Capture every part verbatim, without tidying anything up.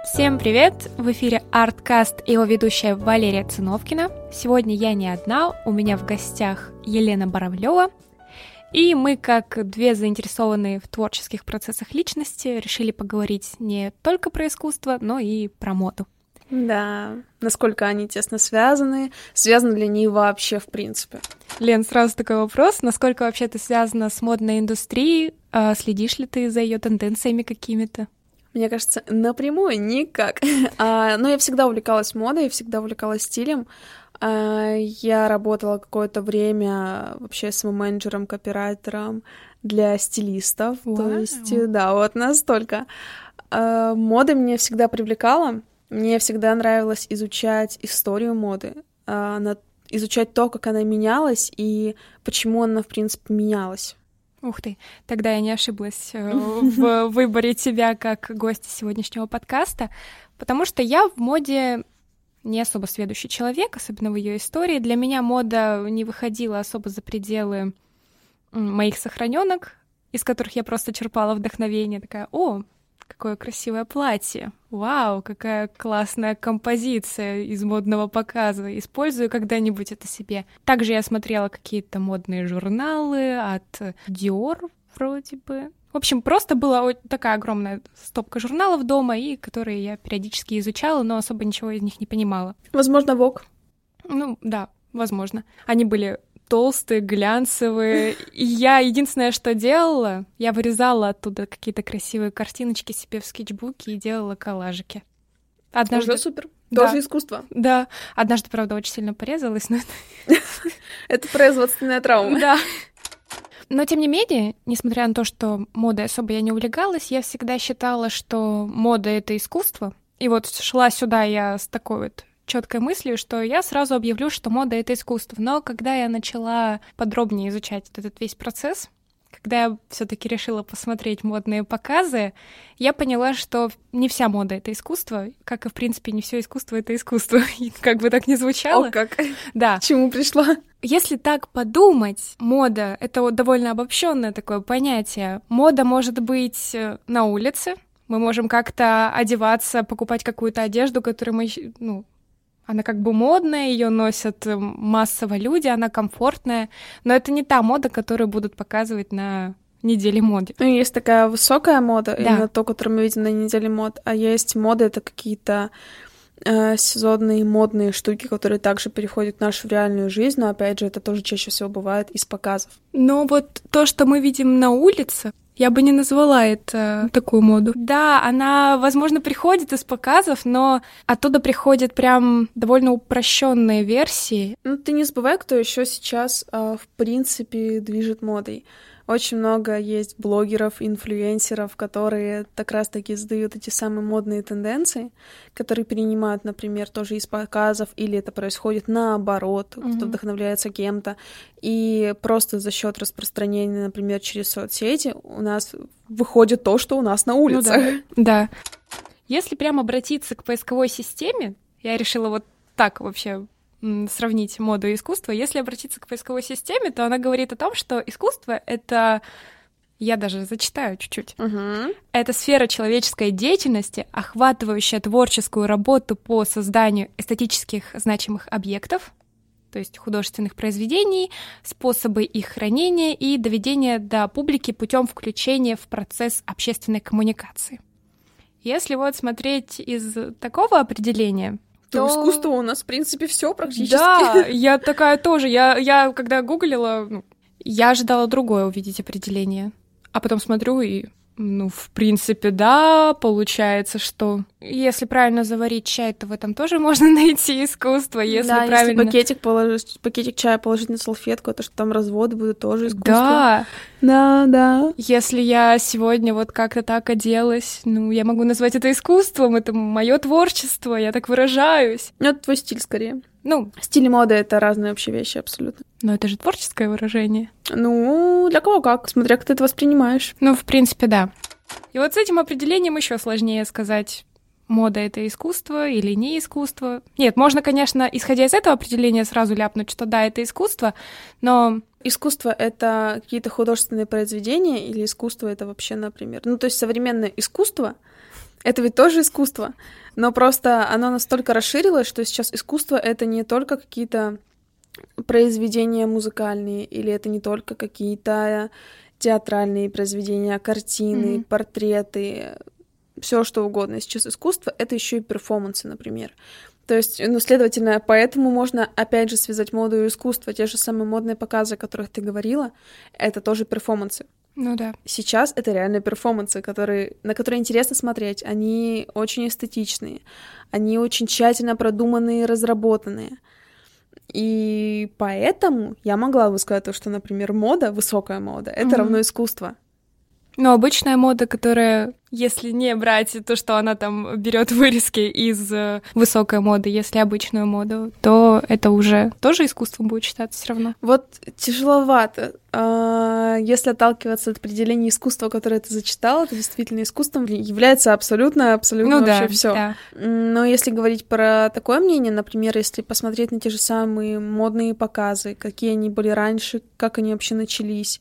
Всем привет! В эфире Арткаст и его ведущая Валерия Циновкина. Сегодня я не одна, у меня в гостях Елена Боровлева. И мы, как две заинтересованные в творческих процессах личности, решили поговорить не только про искусство, но и про моду. Да, насколько они тесно связаны, связаны ли они вообще в принципе? Лен, сразу такой вопрос. Насколько вообще ты связана с модной индустрией? Следишь ли ты за ее тенденциями какими-то? Мне кажется, напрямую никак. а, но я всегда увлекалась модой, всегда увлекалась стилем. А, я работала какое-то время вообще самоменеджером, копирайтером для стилистов. Вау. То есть, да, вот настолько. А, мода меня всегда привлекала. Мне всегда нравилось изучать историю моды, а, на, изучать то, как она менялась и почему она, в принципе, менялась. Ух ты, тогда я не ошиблась в выборе тебя как гостя сегодняшнего подкаста, потому что я в моде не особо сведущий человек, особенно в ее истории. Для меня мода не выходила особо за пределы моих сохраненок, из которых я просто черпала вдохновение. Такая: о, какое красивое платье! Вау, какая классная композиция из модного показа. Использую когда-нибудь это себе. Также я смотрела какие-то модные журналы от Dior вроде бы. В общем, просто была такая огромная стопка журналов дома, и которые я периодически изучала, но особо ничего из них не понимала. Возможно, Vogue. Ну, да, возможно. Они были толстые, глянцевые. И я единственное, что делала, я вырезала оттуда какие-то красивые картиночки себе в скетчбуке и делала коллажики. Однажды... Уже супер. Да. Тоже искусство. Да. Однажды, правда, очень сильно порезалась, но... Это производственная травма. Да. Но, тем не менее, несмотря на то, что модой особо я не увлекалась, я всегда считала, что мода — это искусство. И вот шла сюда я с такой вот четкой мыслью, что я сразу объявлю, что мода — это искусство. Но когда я начала подробнее изучать этот весь процесс, когда я все-таки решила посмотреть модные показы, я поняла, что не вся мода — это искусство, как и, в принципе, не все искусство — это искусство. И как бы так ни звучало. О, как? Да. К чему пришла? Если так подумать, мода — это вот довольно обобщенное такое понятие. Мода может быть на улице, мы можем как-то одеваться, покупать какую-то одежду, которую мы, ну, она как бы модная, ее носят массово люди, она комфортная, но это не та мода, которую будут показывать на неделе моды. Ну, есть такая высокая мода, да. Именно то, которую мы видим на неделе мод, а есть мода — это какие-то э, сезонные модные штуки, которые также переходят в нашу реальную жизнь, но, опять же, это тоже чаще всего бывает из показов. Но вот то, что мы видим на улице, я бы не назвала это такую моду. Да, она, возможно, приходит из показов, но оттуда приходят прям довольно упрощенные версии. Ну, ты не забывай, кто еще сейчас, в принципе, движет модой. Очень много есть блогеров, инфлюенсеров, которые как раз-таки задают эти самые модные тенденции, которые перенимают, например, тоже из показов, или это происходит наоборот, mm-hmm. кто вдохновляется кем-то. И просто за счет распространения, например, через соцсети у нас выходит то, что у нас на улицах. Ну, да. да. Если прямо обратиться к поисковой системе, я решила вот так вообще сравнить моду и искусство. Если обратиться к поисковой системе, то она говорит о том, что искусство — это... Я даже зачитаю чуть-чуть. Uh-huh. Это сфера человеческой деятельности, охватывающая творческую работу по созданию эстетических значимых объектов, то есть художественных произведений, способы их хранения и доведения до публики путем включения в процесс общественной коммуникации. Если вот смотреть из такого определения, то... искусство у нас, в принципе, все практически. Да, я такая тоже. Я, я когда гуглила, ну, я ожидала другое увидеть определение. А потом смотрю и, ну, в принципе, да, получается, что если правильно заварить чай, то в этом тоже можно найти искусство. Если да, правильно... если пакетик, положить, пакетик чая положить на салфетку, то, что там разводы будут, тоже искусство. Да. Да, да. Если я сегодня вот как-то так оделась, ну, я могу назвать это искусством, это мое творчество, я так выражаюсь. Ну, это твой стиль, скорее. Ну, стиль и мода — это разные вообще вещи абсолютно. Но это же творческое выражение. Ну, для кого как, смотря как ты это воспринимаешь. Ну, в принципе, да. И вот с этим определением еще сложнее сказать, мода — это искусство или не искусство. Нет, можно, конечно, исходя из этого определения сразу ляпнуть, что да, это искусство, но... Искусство — это какие-то художественные произведения или искусство — это вообще, например... Ну, то есть современное искусство — это ведь тоже искусство, но просто оно настолько расширилось, что сейчас искусство — это не только какие-то произведения музыкальные, или это не только какие-то театральные произведения, картины, mm-hmm. портреты, все что угодно. Сейчас искусство — это еще и перформансы, например. То есть, ну, следовательно, поэтому можно, опять же, связать моду и искусство. Те же самые модные показы, о которых ты говорила, это тоже перформансы. Ну да. Сейчас это реально перформансы, которые, на которые интересно смотреть. Они очень эстетичные, они очень тщательно продуманные, разработанные. И поэтому я могла бы сказать то, что, например, мода, высокая мода, это mm-hmm. равно искусство. Но обычная мода, которая, если не брать то, что она там берет вырезки из э, высокой моды, если обычную моду, то это уже тоже искусством будет считаться все равно. Вот тяжеловато. А, если отталкиваться от определения искусства, которое ты зачитала, то действительно искусством является абсолютно, абсолютно ну, вообще да, все. Да. Но если говорить про такое мнение, например, если посмотреть на те же самые модные показы, какие они были раньше, как они вообще начались.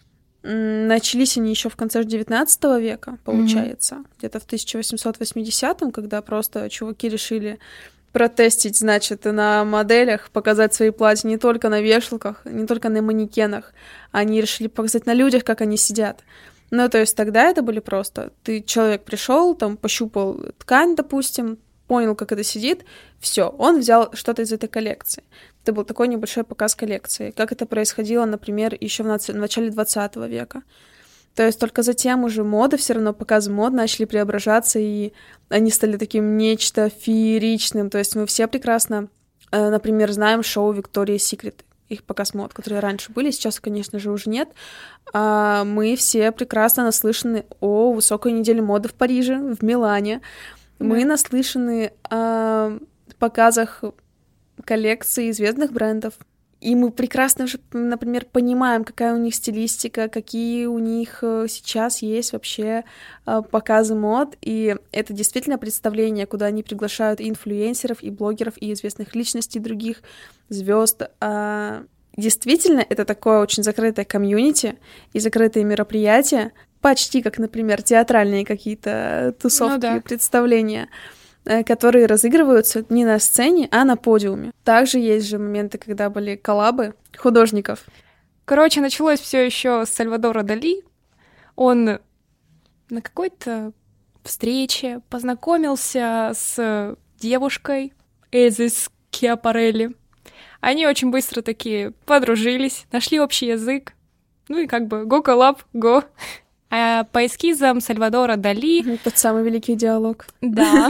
Начались они еще в конце девятнадцатого века, получается, mm-hmm. где-то в тысяча восемьсот восьмидесятом, когда просто чуваки решили протестить, значит, на моделях, показать свои платья не только на вешалках, не только на манекенах, они решили показать на людях, как они сидят. Ну, то есть тогда это были просто... Ты, человек пришел, там, пощупал ткань, допустим, понял, как это сидит, все, он взял что-то из этой коллекции. Это был такой небольшой показ коллекции, как это происходило, например, еще в, нац... в начале двадцатого века. То есть только затем уже мода, все равно показы мод начали преображаться, и они стали таким нечто фееричным. То есть мы все прекрасно, например, знаем шоу «Виктория Секрет», их показ мод, которые раньше были, сейчас, конечно же, уже нет. Мы все прекрасно наслышаны о высокой неделе моды в Париже, в Милане. Мы да. наслышаны о показах коллекций известных брендов. И мы прекрасно уже, например, понимаем, какая у них стилистика, какие у них сейчас есть вообще показы мод. И это действительно представление, куда они приглашают и инфлюенсеров, и блогеров, и известных личностей, других звезд. Действительно, это такое очень закрытое комьюнити и закрытые мероприятия, почти как, например, театральные какие-то тусовки, ну, да. представления, которые разыгрываются не на сцене, а на подиуме. Также есть же моменты, когда были коллабы художников. Короче, началось все еще с Сальвадора Дали. Он на какой-то встрече познакомился с девушкой Эльзой Скиапарелли. Они очень быстро такие подружились, нашли общий язык. Ну и как бы go collab, go. А по эскизам Сальвадора Дали... Тот самый великий диалог. Да.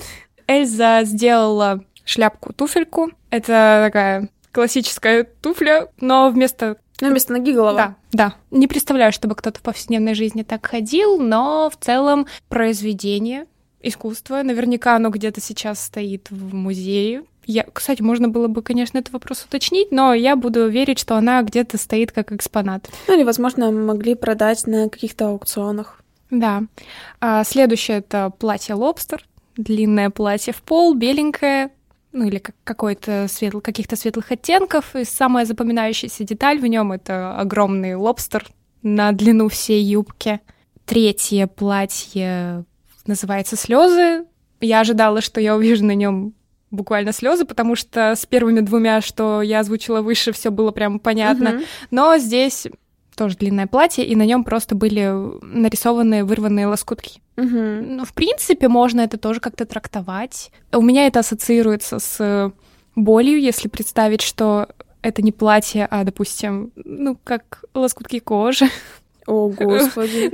Эльза сделала шляпку-туфельку. Это такая классическая туфля, но вместо... Ну, вместо ноги голова. Да, да. Не представляю, чтобы кто-то в повседневной жизни так ходил, но в целом произведение искусства. Наверняка оно где-то сейчас стоит в музее. Я, кстати, можно было бы, конечно, этот вопрос уточнить, но я буду верить, что она где-то стоит как экспонат. Ну или, возможно, могли продать на каких-то аукционах. Да. А следующее — это платье лобстер. Длинное платье в пол, беленькое, ну или как какой-то светл, каких-то светлых оттенков. И самая запоминающаяся деталь в нем — это огромный лобстер на длину всей юбки. Третье платье называется «Слезы». Я ожидала, что я увижу на нем буквально слезы, потому что с первыми двумя, что я озвучила выше, все было прям понятно. Uh-huh. Но здесь тоже длинное платье, и на нем просто были нарисованы вырванные лоскутки. Uh-huh. Ну, в принципе, можно это тоже как-то трактовать. У меня это ассоциируется с болью, если представить, что это не платье, а, допустим, ну, как лоскутки кожи. О, Господи.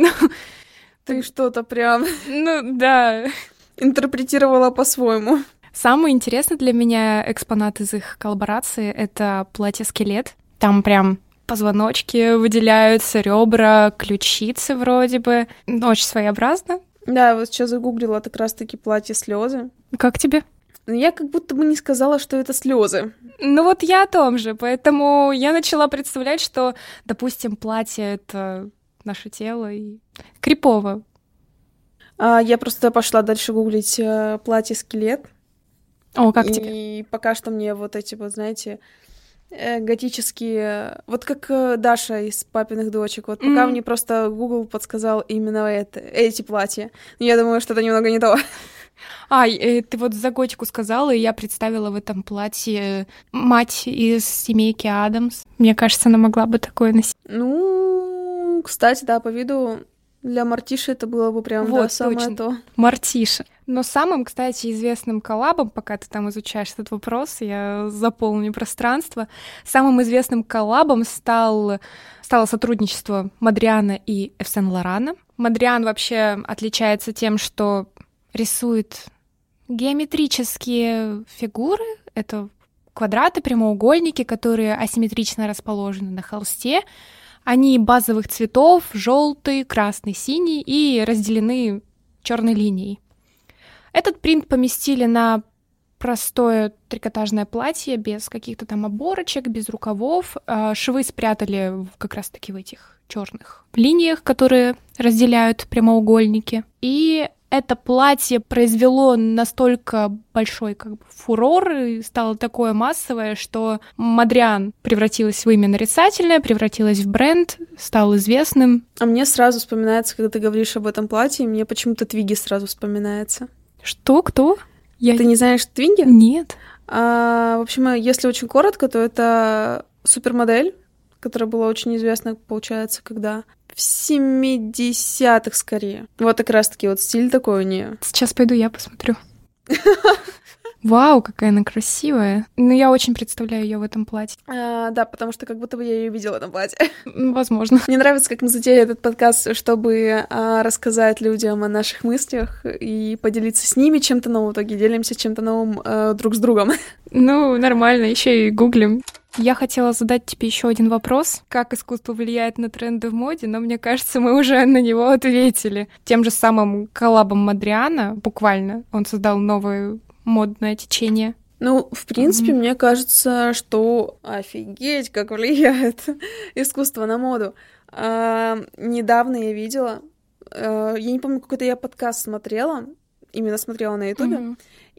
Ты что-то прям... Ну, да. Интерпретировала по-своему. Самый интересный для меня экспонат из их коллаборации — это платье-скелет. Там прям позвоночки выделяются, ребра, ключицы вроде бы. Очень своеобразно. Да, вот сейчас загуглила как раз-таки платье-слезы. Как тебе? Я как будто бы не сказала, что это слезы. Ну вот я о том же, поэтому я начала представлять, что, допустим, платье — это наше тело, и крипово. А, я просто пошла дальше гуглить э, платье-скелет. О, как и тебе? И пока что мне вот эти вот, знаете, э, готические... Вот как э, Даша из «Папиных дочек». Вот пока М. мне просто Google подсказал именно это, эти платья. Но я думаю, что это немного не то. А, э, ты вот за готику сказала, и я представила в этом платье мать из семейки Адамс. Мне кажется, она могла бы такое носить. Ну, кстати, да, по виду для Мартиши это было бы прям, да, Вот, самое точно. то. Мартиша. Но самым, кстати, известным коллабом, пока ты там изучаешь этот вопрос, я заполню пространство, самым известным коллабом стал, стало сотрудничество Модриана и Ив Сен-Лорана. Модриан вообще отличается тем, что рисует геометрические фигуры. Это квадраты, прямоугольники, которые асимметрично расположены на холсте. Они базовых цветов: желтый, красный, синий, и разделены черной линией. Этот принт поместили на простое трикотажное платье без каких-то там оборочек, без рукавов. Швы спрятали как раз-таки в этих черных линиях, которые разделяют прямоугольники. И это платье произвело настолько большой как бы фурор и стало такое массовое, что Модриан превратилась в имя нарицательное, превратилась в бренд, стал известным. А мне сразу вспоминается, когда ты говоришь об этом платье, мне почему-то Твиги сразу вспоминается. Что? Кто? Я... Ты не знаешь Твиги? Нет. А, в общем, если очень коротко, то это супермодель, которая была очень известна, получается, когда... В семидесятых скорее. Вот как раз-таки вот стиль такой у нее. Сейчас пойду я посмотрю. Вау, какая она красивая. Ну, я очень представляю ее в этом платье. А, да, потому что как будто бы я ее видела в этом платье. Возможно. Мне нравится, как мы затеяли этот подкаст, чтобы а, рассказать людям о наших мыслях и поделиться с ними чем-то новым. В итоге делимся чем-то новым а, друг с другом. Ну, нормально, еще и гуглим. Я хотела задать тебе еще один вопрос. Как искусство влияет на тренды в моде, но мне кажется, мы уже на него ответили. Тем же самым коллабом Модриана, буквально, он создал новое модное течение. Ну, в принципе, Mm-hmm. мне кажется, что офигеть, как влияет искусство на моду. А, недавно я видела, а, я не помню, какой-то я подкаст смотрела, именно смотрела на Ютубе, Mm-hmm.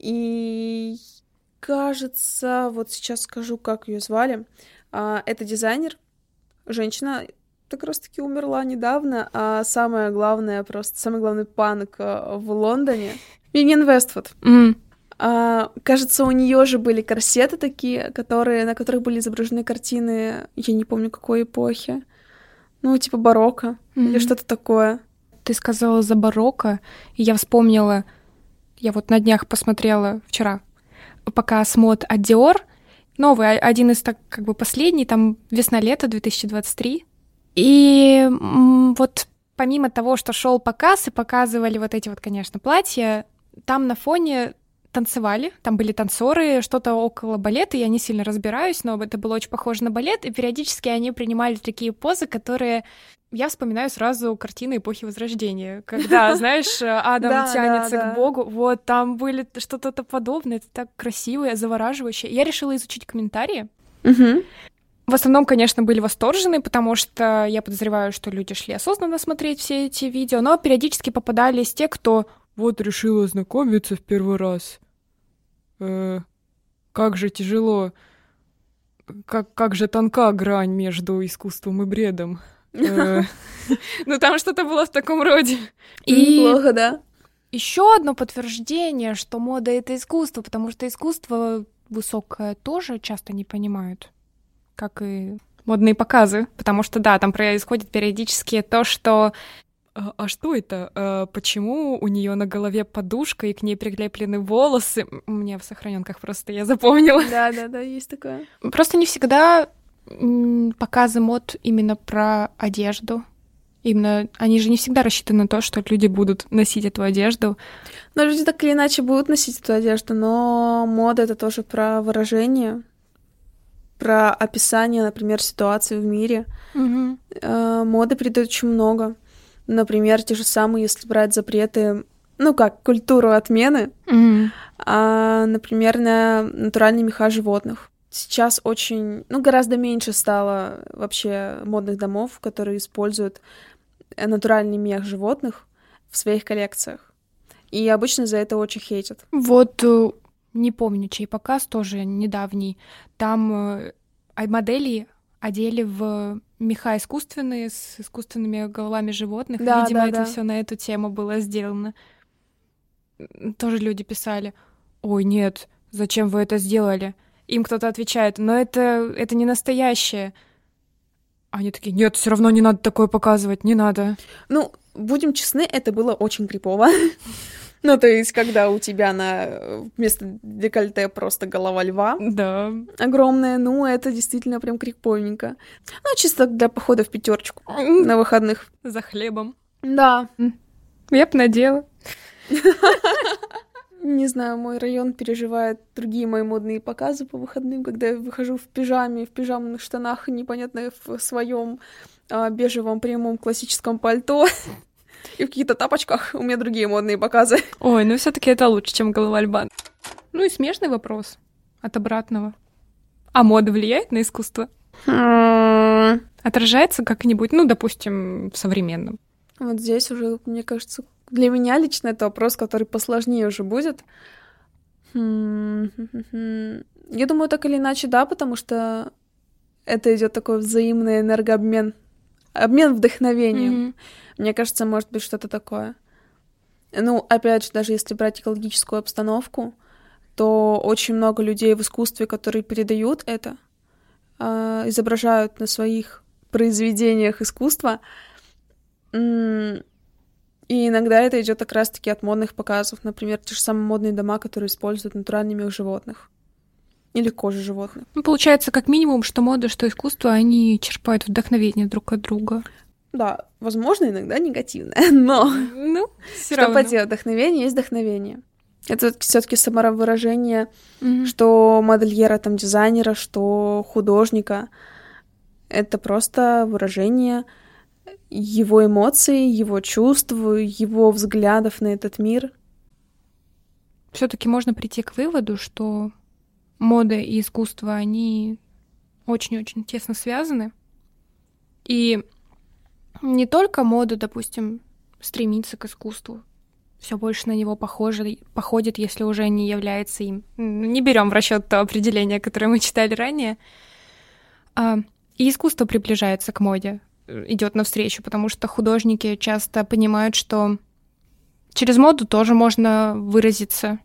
и кажется, вот сейчас скажу, как ее звали. А, это дизайнер, женщина, как раз-таки умерла недавно, а самое главное, просто самый главный панк в Лондоне — Вивиан Вествуд. Mm-hmm. А, кажется, у нее же были корсеты такие, которые, на которых были изображены картины, я не помню, какой эпохи. Ну, типа барокко mm-hmm. или что-то такое. Ты сказала за барокко, и я вспомнила, я вот на днях посмотрела вчера показ мод от Dior, новый, один из так как бы последний, там весна-лето две тысячи двадцать три. И м- вот помимо того, что шел показ и показывали вот эти вот, конечно, платья, там на фоне танцевали, там были танцоры, что-то около балета, я не сильно разбираюсь, но это было очень похоже на балет, и периодически они принимали такие позы, которые... Я вспоминаю сразу картины эпохи Возрождения, когда, знаешь, Адам тянется к Богу, вот, там были что-то подобное, это так красиво и завораживающе. Я решила изучить комментарии. В основном, конечно, были восторжены, потому что я подозреваю, что люди шли осознанно смотреть все эти видео, но периодически попадались те, кто вот решил ознакомиться в первый раз. Э, как же тяжело, как, как же тонка грань между искусством и бредом. Ну, там что-то было в таком роде. Неплохо, да. Еще одно подтверждение, что мода — это искусство, потому что искусство высокое тоже часто не понимают, как и модные показы, потому что, да, там происходит периодически то, что А, а что это? А, почему у нее на голове подушка и к ней прикреплены волосы? У меня в сохраненках просто я запомнила. Да, да, да, есть такое. Просто не всегда м, показы мод именно про одежду. Именно они же не всегда рассчитаны на то, что люди будут носить эту одежду. Но люди так или иначе будут носить эту одежду, но мода — это тоже про выражение, про описание, например, ситуации в мире. Угу. Э, моды передают очень много. Например, те же самые, если брать запреты, ну как, культуру отмены, mm-hmm. а, например, на натуральные меха животных. Сейчас очень, ну, гораздо меньше стало вообще модных домов, которые используют натуральный мех животных в своих коллекциях. И обычно за это очень хейтят. Вот не помню, чей показ, тоже недавний. Там модели одели в меха искусственные, с искусственными головами животных. Да, Видимо, да, это да. все на эту тему было сделано. Тоже люди писали: ой, нет, зачем вы это сделали? Им кто-то отвечает: но это, это не настоящее. Они такие: нет, все равно не надо такое показывать, не надо. Ну, будем честны, это было очень крипово. Ну, то есть, когда у тебя на вместо декольте просто голова льва Да. огромная, ну, это действительно прям криповенько. Ну, чисто для похода в пятерочку на выходных. За хлебом. Да. Я б надела. Не знаю, мой район переживает другие мои модные показы по выходным, когда я выхожу в пижаме, в пижамных штанах, непонятно в своем а, бежевом прямом классическом пальто и в каких-то тапочках. У меня другие модные показы. Ой, ну все-таки это лучше, чем голова льва. Ну и смешный вопрос от обратного. А мода влияет на искусство? Отражается как-нибудь, ну, допустим, в современном? Вот здесь уже, мне кажется, для меня лично это вопрос, который посложнее уже будет. Я думаю, так или иначе, да, потому что это идет такой взаимный энергообмен, обмен вдохновением. Mm-hmm. Мне кажется, может быть что-то такое. Ну, опять же, даже если брать экологическую обстановку, то очень много людей в искусстве, которые передают это, изображают на своих произведениях искусства. И иногда это идет как раз-таки от модных показов. Например, те же самые модные дома, которые используют натуральный мех животных. Или кожу животных. Ну, получается, как минимум, что мода, что искусство, они черпают вдохновение друг от друга. Да, возможно, иногда негативное, но... Ну, все что равно. поделать, вдохновение есть вдохновение. Это все-таки самовыражение, mm-hmm. что модельера, там, дизайнера, что художника. Это просто выражение его эмоций, его чувств, его взглядов на этот мир. Все-таки можно прийти к выводу, что мода и искусство, они очень-очень тесно связаны. И не только мода, допустим, стремится к искусству, все больше на него похоже, походит, если уже не является им. Не берем в расчет то определение, которое мы читали ранее. И искусство приближается к моде, идет навстречу, потому что художники часто понимают, что через моду тоже можно выразиться.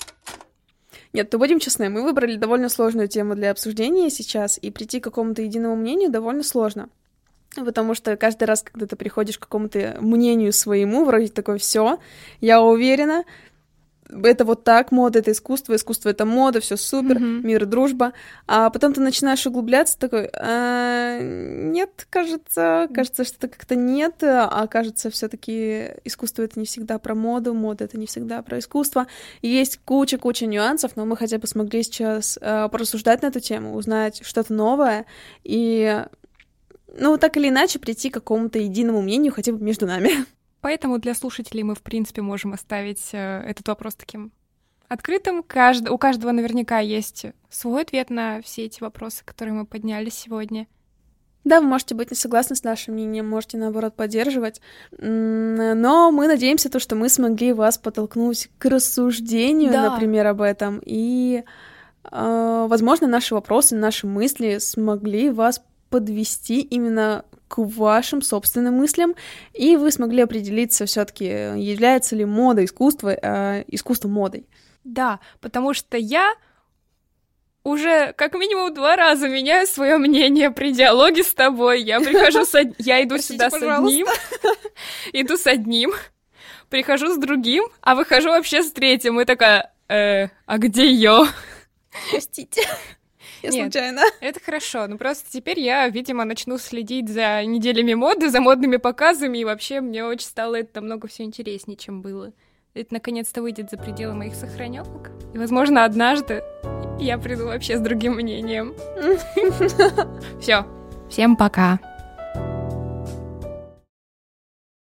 Нет, то будем честны, мы выбрали довольно сложную тему для обсуждения сейчас, и прийти к какому-то единому мнению довольно сложно. Потому что каждый раз, когда ты приходишь к какому-то мнению своему, вроде такое: все, я уверена, это вот так, мода — это искусство, искусство — это мода, все супер, mm-hmm. мир, дружба. А потом ты начинаешь углубляться, такой: а, нет, кажется, кажется, что-то как-то нет, а кажется, все-таки искусство — это не всегда про моду, мода — это не всегда про искусство. И есть куча-куча нюансов, но мы хотя бы смогли сейчас а, порассуждать на эту тему, узнать что-то новое и, ну, так или иначе, прийти к какому-то единому мнению хотя бы между нами. Поэтому для слушателей мы, в принципе, можем оставить э, этот вопрос таким открытым. Кажд... У каждого наверняка есть свой ответ на все эти вопросы, которые мы подняли сегодня. Да, вы можете быть не согласны с нашим мнением, можете, наоборот, поддерживать. Но мы надеемся, то, что мы смогли вас подтолкнуть к рассуждению, да. например, об этом. И, э, возможно, наши вопросы, наши мысли смогли вас подвести именно к вашим собственным мыслям, и вы смогли определиться все-таки, является ли мода искусство, э, искусство модой. Да, потому что я уже как минимум два раза меняю свое мнение при диалоге с тобой. Я прихожу с од... я иду сюда с одним, иду с одним, прихожу с другим, а выхожу вообще с третьим, и такая: э, а где я? Простите. Я Нет, случайно. Это хорошо, ну просто теперь я, видимо, начну следить за неделями моды, за модными показами, и вообще мне очень стало это намного все интереснее, чем было. Это наконец-то выйдет за пределы моих сохранёнок. И, возможно, однажды я приду вообще с другим мнением. Все, всем пока.